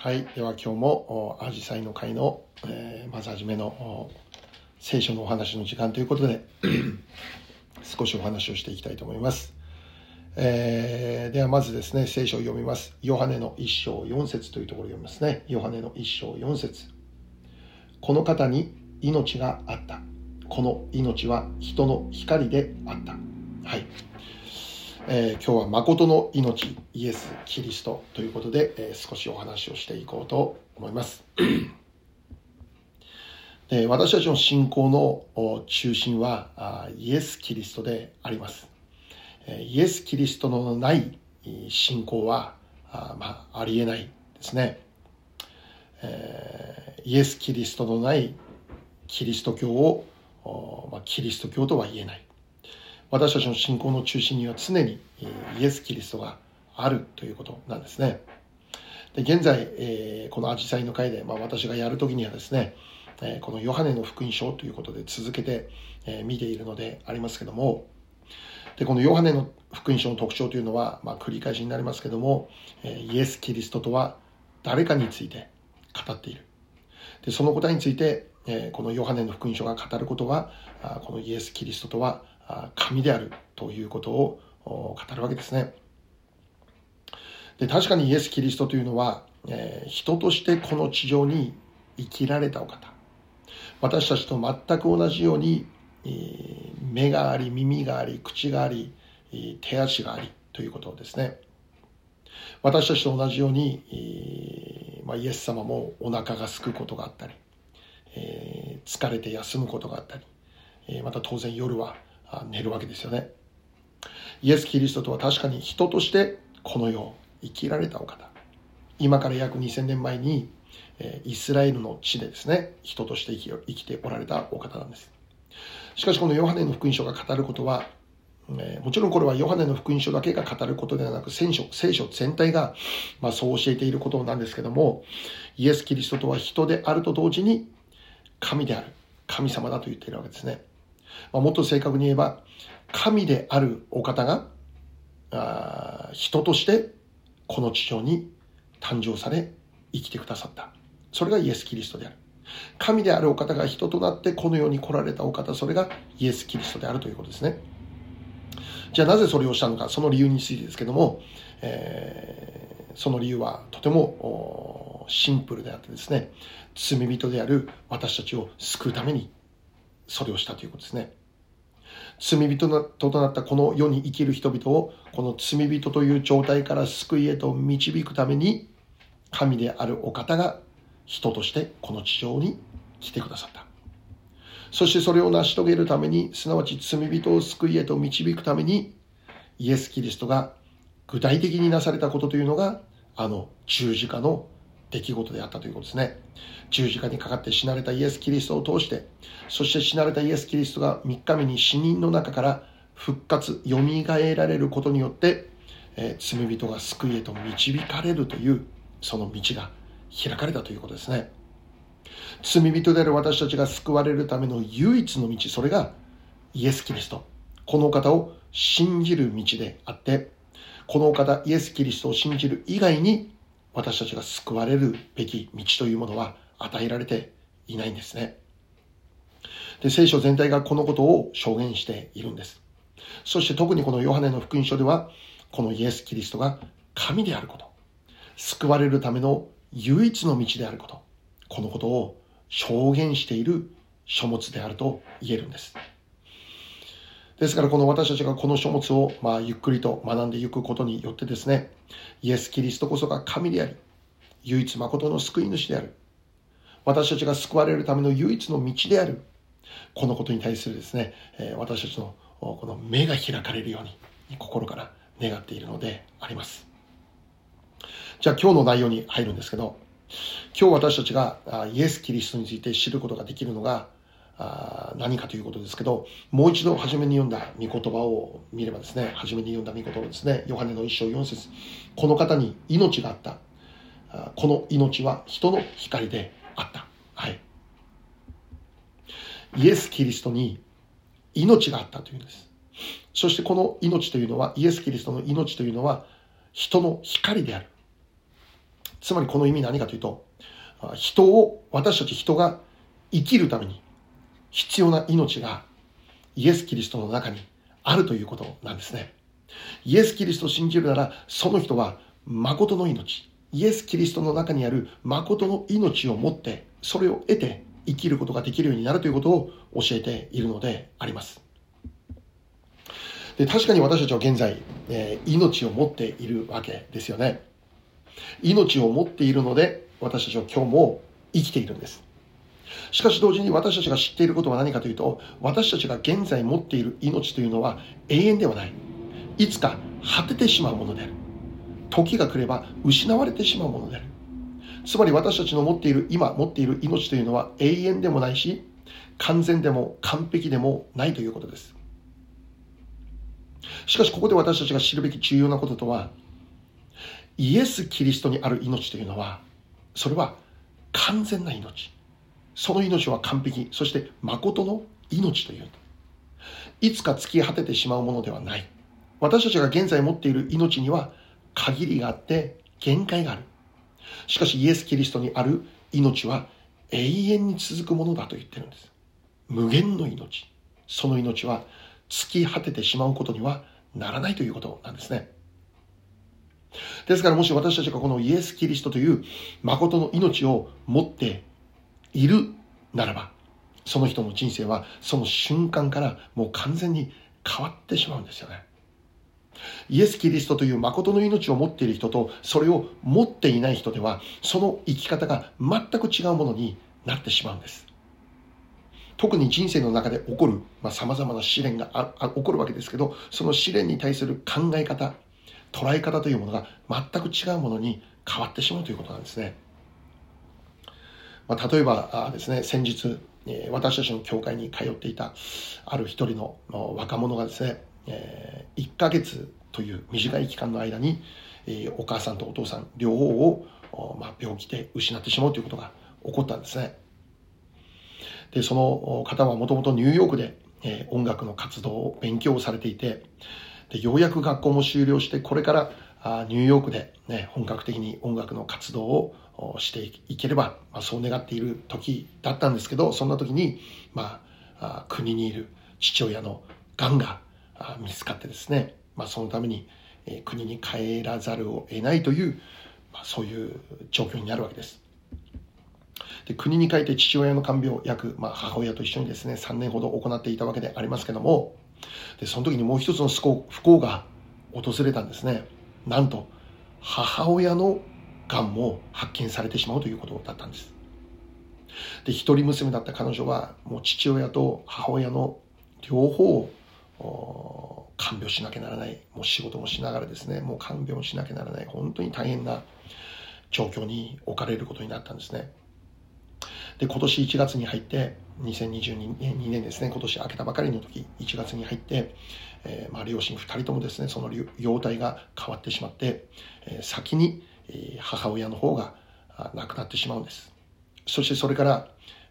はい。では今日もアジサイの会の、まずはじめの聖書のお話の時間ということで少しお話をしていきたいと思います。ではまずですね、聖書を読みます。ヨハネの1章4節というところを読みますね。ヨハネの1章4節。この方に命があった。この命は人の光であった。はい。今日は誠の命イエス・キリストということで、少しお話をしていこうと思います。で、私たちの信仰の中心はイエス・キリストであります。イエス・キリストのない信仰はありえないですね。イエス・キリストのないキリスト教をキリスト教とは言えない。私たちの信仰の中心には常にイエス・キリストがあるということなんですね。で、現在、このアジサイの会で、私がやるときにはですね、このヨハネの福音書ということで続けて見ているのでありますけども、で、このヨハネの福音書の特徴というのは、繰り返しになりますけども、イエス・キリストとは誰かについて語っている。で、その答えについて、このヨハネの福音書が語ることは、このイエス・キリストとは神であるということを語るわけですね。で、確かにイエス・キリストというのは、人としてこの地上に生きられたお方。私たちと全く同じように、目があり、耳があり、口があり、手足がありということですね。私たちと同じように、イエス様もお腹が空くことがあったり、疲れて休むことがあったり、また当然夜は寝るわけですよね。イエス・キリストとは確かに人としてこの世を生きられたお方。今から約2000年前にイスラエルの地でですね、人として生きておられたお方なんです。しかしこのヨハネの福音書が語ることは、もちろんこれはヨハネの福音書だけが語ることではなく、聖書全体がそう教えていることなんですけども、イエス・キリストとは人であると同時に神である、神様だと言っているわけですね。もっと正確に言えば、神であるお方が人としてこの地上に誕生され生きてくださった。それがイエス・キリストである。神であるお方が人となってこの世に来られたお方、それがイエス・キリストであるということですね。じゃあなぜそれをしたのか、その理由についてですけども、その理由はとてもシンプルであってですね、罪人である私たちを救うためにそれをしたということですね。罪人となったこの世に生きる人々をこの罪人という状態から救いへと導くために、神であるお方が人としてこの地上に来てくださった。そしてそれを成し遂げるために、すなわち罪人を救いへと導くために、イエス・キリストが具体的になされたことというのが、十字架の出来事であったということですね。十字架にかかって死なれたイエス・キリストを通して、そして死なれたイエス・キリストが3日目に死人の中から復活、蘇られることによって、罪人が救いへと導かれるという、その道が開かれたということですね。罪人である私たちが救われるための唯一の道、それがイエス・キリスト。このお方を信じる道であって、このお方、イエス・キリストを信じる以外に、私たちが救われるべき道というものは与えられていないんですね。で、聖書全体がこのことを証言しているんです。そして特にこのヨハネの福音書では、このイエス・キリストが神であること、救われるための唯一の道であること、このことを証言している書物であると言えるんです。ですからこの私たちがこの書物をゆっくりと学んでいくことによってですね、イエス・キリストこそが神であり、唯一誠の救い主である。私たちが救われるための唯一の道である。このことに対するですね、私たちのこの目が開かれるように心から願っているのであります。じゃあ今日の内容に入るんですけど、今日私たちがイエス・キリストについて知ることができるのが何かということですけど、もう一度初めに読んだ御言葉を見ればですね、初めに読んだ御言葉ですね、ヨハネの1章4節、この方に命があった。この命は人の光であった。はい。イエス・キリストに命があったというんです。そしてこの命というのは、イエス・キリストの命というのは人の光である。つつまりこの意味何かというと、私たち人が生きるために必要な命がイエス・キリストの中にあるということなんですね。イエス・キリストを信じるなら、その人は誠の命、イエス・キリストの中にある誠の命を持って、それを得て生きることができるようになるということを教えているのであります。で、確かに私たちは現在、命を持っているわけですよね。命を持っているので、私たちは今日も生きているんです。しかし同時に私たちが知っていることは何かというと、私たちが現在持っている命というのは永遠ではない。いつか果ててしまうものである。時が来れば失われてしまうものである。つまり私たちの今持っている命というのは永遠でもないし、完全でも完璧でもないということです。しかしここで私たちが知るべき重要なこととは、イエス・キリストにある命というのは、それは完全な命。その命は完璧、そして誠の命という。いつか尽き果ててしまうものではない。私たちが現在持っている命には限りがあって限界がある。しかしイエス・キリストにある命は永遠に続くものだと言ってるんです。無限の命。その命は尽き果ててしまうことにはならないということなんですね。ですからもし私たちがこのイエス・キリストという誠の命を持っているならば、その人の人生はその瞬間からもう完全に変わってしまうんですよね。イエス・キリストという誠の命を持っている人とそれを持っていない人では、その生き方が全く違うものになってしまうんです。特に人生の中で起こる様々な試練が起こるわけですけど、その試練に対する考え方、捉え方というものが全く違うものに変わってしまうということなんですね。例えばですね、先日私たちの教会に通っていたある一人の若者がですね、1ヶ月という短い期間の間にお母さんとお父さん両方を病気で失ってしまうということが起こったんですね。で、その方はもともとニューヨークで音楽の活動を勉強されていて、でようやく学校も修了して、これからニューヨークで、本格的に音楽の活動をしていければ、そう願っている時だったんですけど、そんな時に、国にいる父親のがんが見つかってですね、そのために国に帰らざるを得ないという、そういう状況になるわけです。で、国に帰って父親の看病を母親と一緒にですね、3年ほど行っていたわけでありますけども、でその時にもう一つの不幸が訪れたんですね。なんと母親のがんも発見されてしまうということだったんです。で、一人娘だった彼女はもう父親と母親の両方を看病しなきゃならない、もう仕事もしながらですね、もう看病しなきゃならない、本当に大変な状況に置かれることになったんですね。で、今年1月に入って2022年ですね、今年明けたばかりの時1月に入って、両親2人ともですね、その容体が変わってしまって、先に母親の方が亡くなってしまうんです。そしてそれから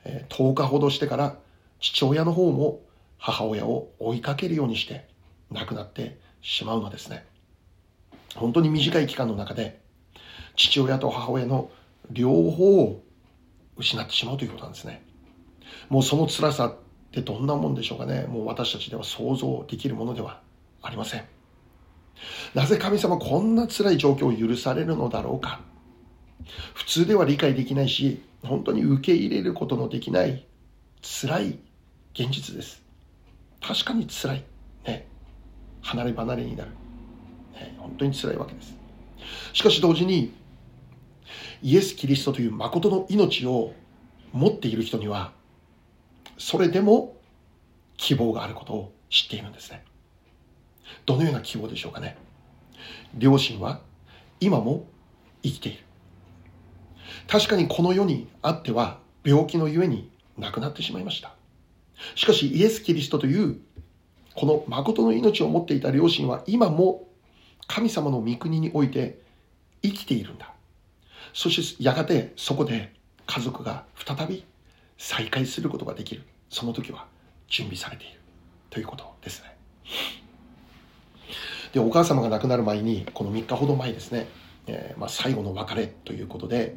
10日ほどしてから父親の方も母親を追いかけるようにして亡くなってしまうのですね。本当に短い期間の中で父親と母親の両方を失ってしまうということなんですね。もうその辛さってどんなもんでしょうかね。もう私たちでは想像できるものではありません。なぜ神様こんな辛い状況を許されるのだろうか。普通では理解できないし、本当に受け入れることのできない辛い現実です。確かに辛い。離れ離れになる。本当に辛いわけです。しかし同時に、イエス・キリストという誠の命を持っている人には、それでも希望があることを知っているんですね。どのような希望でしょうかね。両親は今も生きている。確かにこの世にあっては病気のゆえに亡くなってしまいました。しかしイエス・キリストというこの誠の命を持っていた両親は今も神様の御国において生きているんだ。そしてやがてそこで家族が再び再会することができる。その時は準備されているということですね。で、お母様が亡くなる前に、この3日ほど前ですね、 最後の別れということで、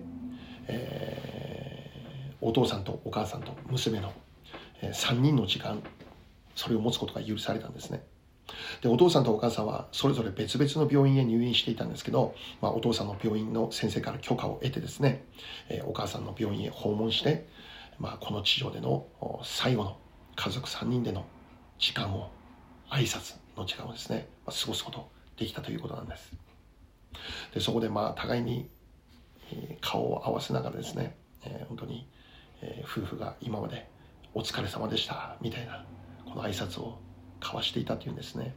お父さんとお母さんと娘の3人の時間、それを持つことが許されたんですね。で、お父さんとお母さんはそれぞれ別々の病院へ入院していたんですけど、お父さんの病院の先生から許可を得てですね、お母さんの病院へ訪問して、この地上での最後の家族3人での時間を、挨拶の時間をですね、過ごすことができたということなんです。で、そこで互いに顔を合わせながらですね、本当に夫婦が今までお疲れ様でしたみたいなこの挨拶を交わしていたというんですね。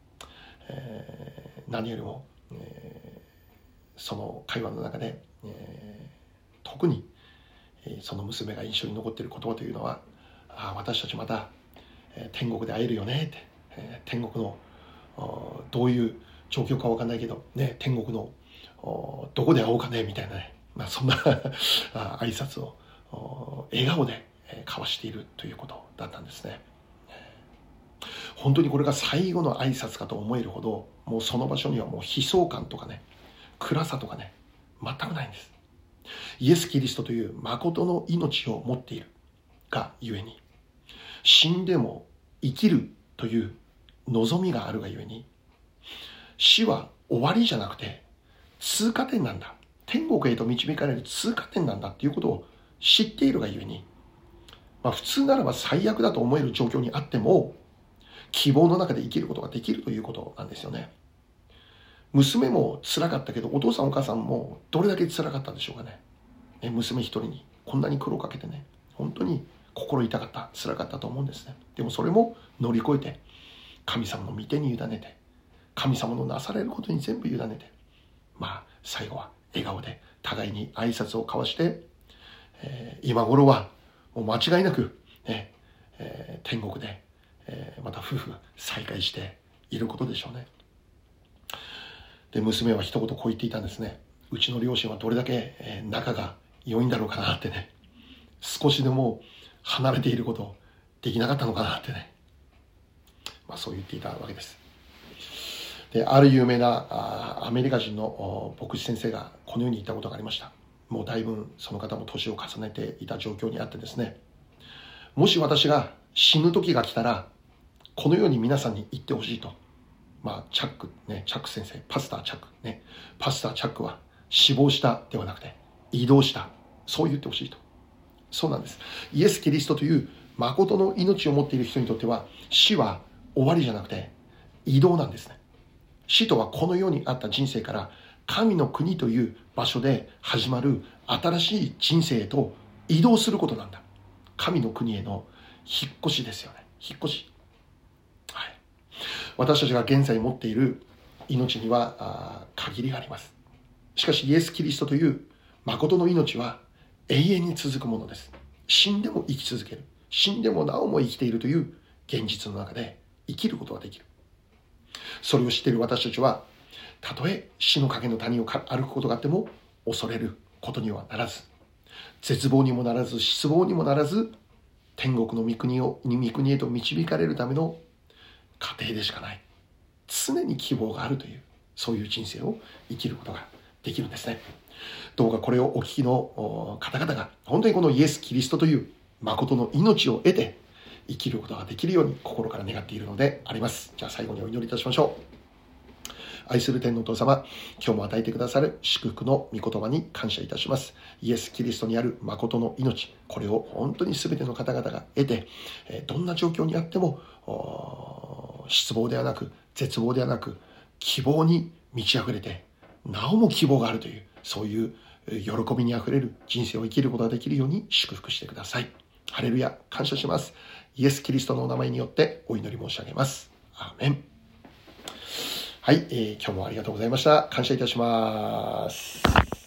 何よりも、その会話の中で、特にその娘が印象に残っている言葉というのは、私たちまた天国で会えるよねって、天国のどういう状況かわかんないけど、ね、天国のどこで会おうかねみたいなね、そんな挨拶を笑顔で交わしているということだったんですね。本当にこれが最後の挨拶かと思えるほど、もうその場所にはもう悲壮感とかね、暗さとかね、全くないんです。イエス・キリストという誠の命を持っているがゆえに、死んでも生きるという望みがあるがゆえに、死は終わりじゃなくて通過点なんだ、天国へと導かれる通過点なんだっていうことを知っているがゆえに、普通ならば最悪だと思える状況にあっても希望の中で生きることができるということなんですよね。娘も辛かったけど、お父さんお母さんもどれだけ辛かったでしょうかね。娘一人にこんなに苦労かけてね、本当に心痛かった、辛かったと思うんですね。でもそれも乗り越えて、神様の御手に委ねて、神様のなされることに全部委ねて、最後は笑顔で互いに挨拶を交わして、今頃はもう間違いなく、天国で、また夫婦が再会していることでしょうね。で、娘は一言こう言っていたんですね。うちの両親はどれだけ仲が良いんだろうかなってね、少しでも離れていることできなかったのかなってね、そう言っていたわけです。で、ある有名なアメリカ人の牧師先生がこのように言ったことがありました。もうだいぶその方も年を重ねていた状況にあってですね、もし私が死ぬ時が来たらこのように皆さんに言ってほしいと。チャック先生、パスターチャックね、パスターチャックは死亡したではなくて移動した、そう言ってほしいと。そうなんです。イエス・キリストという誠の命を持っている人にとっては、死は終わりじゃなくて移動なんですね。死とはこの世にあった人生から神の国という場所で始まる新しい人生へと移動することなんだ。神の国への引っ越しですよね。引っ越し。私たちが現在持っている命には限りがあります。しかしイエス・キリストという誠の命は永遠に続くものです。死んでも生き続ける、死んでもなおも生きているという現実の中で生きることができる。それを知っている私たちは、たとえ死の影の谷を歩くことがあっても恐れることにはならず、絶望にもならず失望にもならず、天国の御国へと導かれるための過程でしかない、常に希望があるという、そういう人生を生きることができるんですね。どうかこれをお聞きの方々が本当にこのイエス・キリストという誠の命を得て生きることができるように心から願っているのであります。じゃあ最後にお祈りいたしましょう。愛する天のお父様、今日も与えてくださる祝福の御言葉に感謝いたします。イエス・キリストにある誠の命、これを本当に全ての方々が得て、どんな状況にあっても失望ではなく絶望ではなく希望に満ち溢れて、なおも希望があるという、そういう喜びにあふれる人生を生きることができるように祝福してください。ハレルヤ、感謝します。イエス・キリストのお名前によってお祈り申し上げます。アーメン。はい、今日もありがとうございました。感謝いたします。